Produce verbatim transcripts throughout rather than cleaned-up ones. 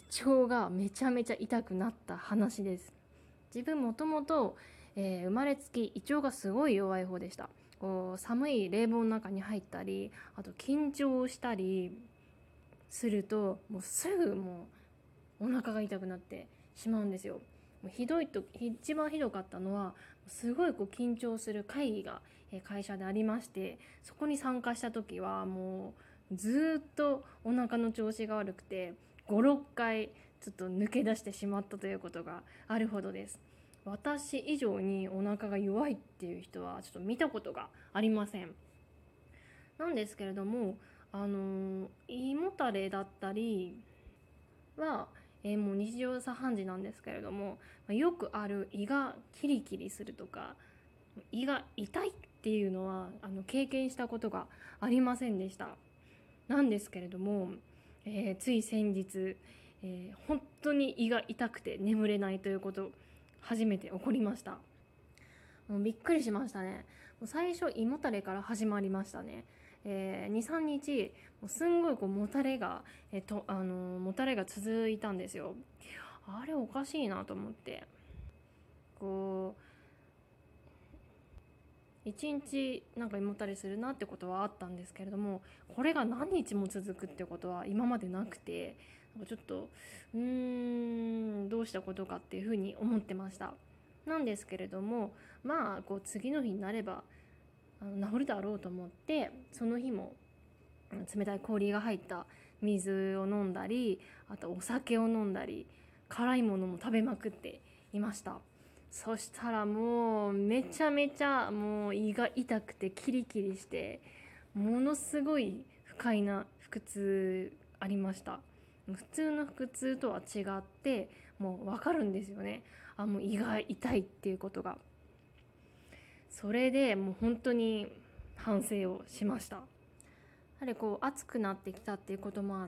腸がめちゃめちゃ痛くなった話です。自分もともと、えー生まれつき胃腸がすごい弱い方でした。こう寒い冷房の中に入ったり、あと緊張したりするともうすぐもうお腹が痛くなってしまうんですよ。もうひどいと一番ひどかったのは、すごいこう緊張する会議が会社でありまして、そこに参加した時はもうずっとお腹の調子が悪くてごろっかいちょっと抜け出してしまったということがあるほどです。私以上にお腹が弱いっていう人はちょっと見たことがありません。なんですけれども、あの胃もたれだったりは、えーもう日常茶飯事なんですけれども、よくある胃がキリキリするとか胃が痛いっていうのはあの経験したことがありませんでした。なんですけれども、えーつい先日、えー本当に胃が痛くて眠れないということ初めて起こりました。もうびっくりしましたね。もう最初胃もたれから始まりましたね。えー、にさんにちもうすんごいこうもたれが、えーとあのーもたれが続いたんですよ。あれおかしいなと思って、こう一日なんか胃もたれするなってことはあったんですけれども、これが何日も続くってことは今までなくて、なんかちょっとうーんどうしたことかっていうふうに思ってました。なんですけれども、まあこう次の日になればあの治るだろうと思って、その日も冷たい氷が入った水を飲んだり、あとお酒を飲んだり、辛いものも食べまくっていました。そしたらもうめちゃめちゃもう胃が痛くてキリキリして、ものすごい不快な腹痛ありました。普通の腹痛とは違って、もう分かるんですよね。あ、もう胃が痛いっていうことが。それでもう本当に反省をしました。やはりこう暑くなってきたっていうこともあって、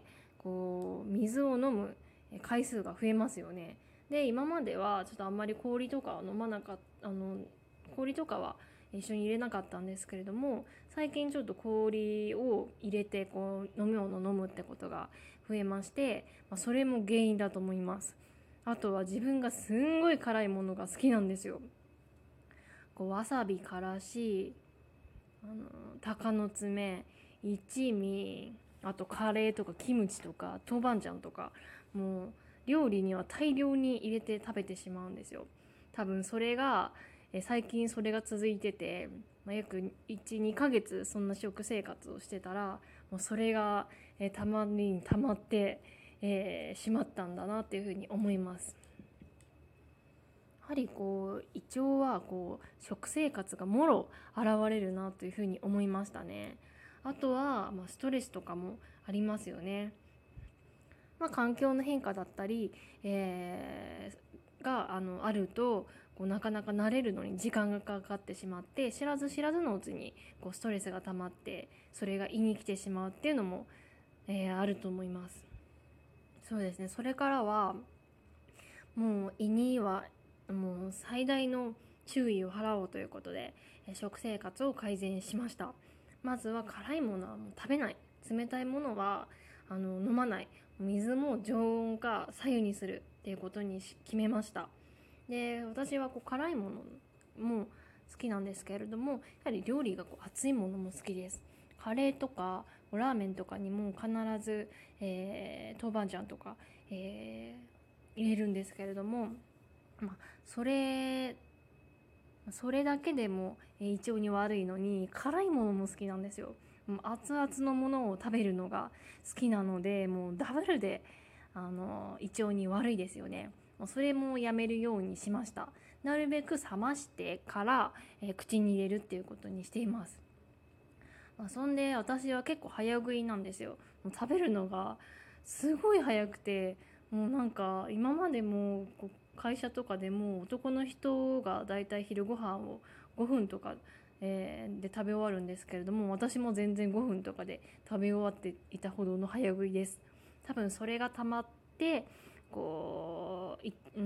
こう水を飲む回数が増えますよね。で今まではちょっとあんまり氷とかは飲まなかったあの氷とかは一緒に入れなかったんですけれども、最近ちょっと氷を入れてこう飲み物を飲むってことが増えまして、まあ、それも原因だと思います。あとは自分がすんごい辛いものが好きなんですよ。こうわさび、からし、あの鷹の爪、一味、あとカレーとかキムチとか豆板醤とか、もう料理には大量に入れて食べてしまうんですよ。多分それがえ最近それが続いてて、まあ、約いち、にかげつそんな食生活をしてたら、もうそれがえたまにたまって、えーしまったんだなっていうふうに思います。やはりこう胃腸はこう食生活がもろ現れるなというふうに思いましたね。あとは、まあ、ストレスとかもありますよね。まあ、環境の変化だったり、えーがあのあると、こうなかなか慣れるのに時間がかかってしまって、知らず知らずのうちにこうストレスが溜まって、それが胃に来てしまうっていうのも、えーあると思います。そうですね。それからはもう胃にはもう最大の注意を払おうということで、食生活を改善しました。まずは辛いものはもう食べない、冷たいものはあの飲まない、水も常温か左右にするっていうことに決めました。で私はこう辛いものも好きなんですけれども、やはり料理がこう熱いものも好きです。カレーとかラーメンとかにも必ず、えー、豆板醤とか、えー入れるんですけれども、まあ、それそれだけでも胃腸に悪いのに、辛いものも好きなんですよ。もう熱々のものを食べるのが好きなので、もうダブルであの胃腸に悪いですよね。もうそれもやめるようにしました。なるべく冷ましてから、えー口に入れるっていうことにしています。まあ、そんで私は結構早食いなんですよ。もう食べるのがすごい早くて、もうなんか今までもこう会社とかでも男の人がだいたい昼ご飯をごふんとか、えーで食べ終わるんですけれども、私も全然ごふんとかで食べ終わっていたほどの早食いです。多分それが溜まってこうい、うん、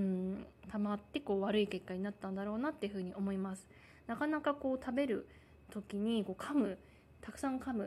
溜まってこう悪い結果になったんだろうなっていうふうに思います。なかなかこう食べる時にこう噛むたくさん噛む、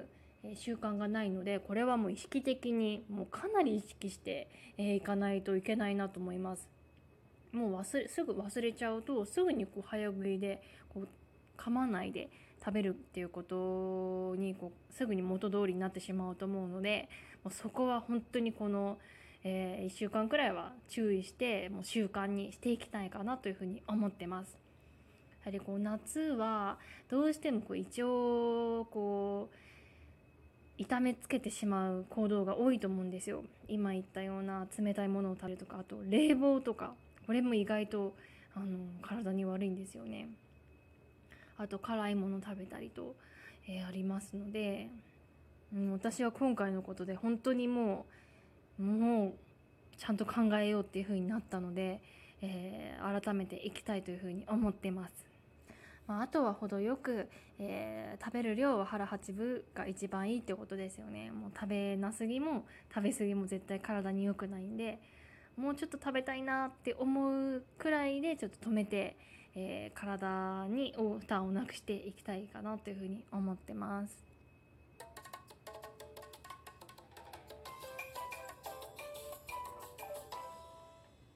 えー習慣がないので、これはもう意識的にもうかなり意識してい、えー、かないといけないなと思います。もう忘れすぐ忘れちゃうと、すぐにこう早食いでこう噛まないで食べるっていうことにこうすぐに元通りになってしまうと思うので、もうそこは本当にこの、えー、いっしゅうかんくらいは注意してもう習慣にしていきたいかなというふうに思ってます。やはりこう夏はどうしてもこう胃腸をこう痛めつけてしまう行動が多いと思うんですよ。今言ったような冷たいものを食べるとか、あと冷房とか、これも意外とあの体に悪いんですよね。あと辛いものを食べたりと、えーありますので、うん、私は今回のことで本当にもうもうちゃんと考えようっていう風になったので、えー改めていきたいという風に思ってます。まあ、あとは程よく、えー食べる量は腹八分が一番いいってことですよね。もう食べなすぎも食べ過ぎも絶対体に良くないんで、もうちょっと食べたいなって思うくらいでちょっと止めて、えー体に負担をなくしていきたいかなというふうに思ってます。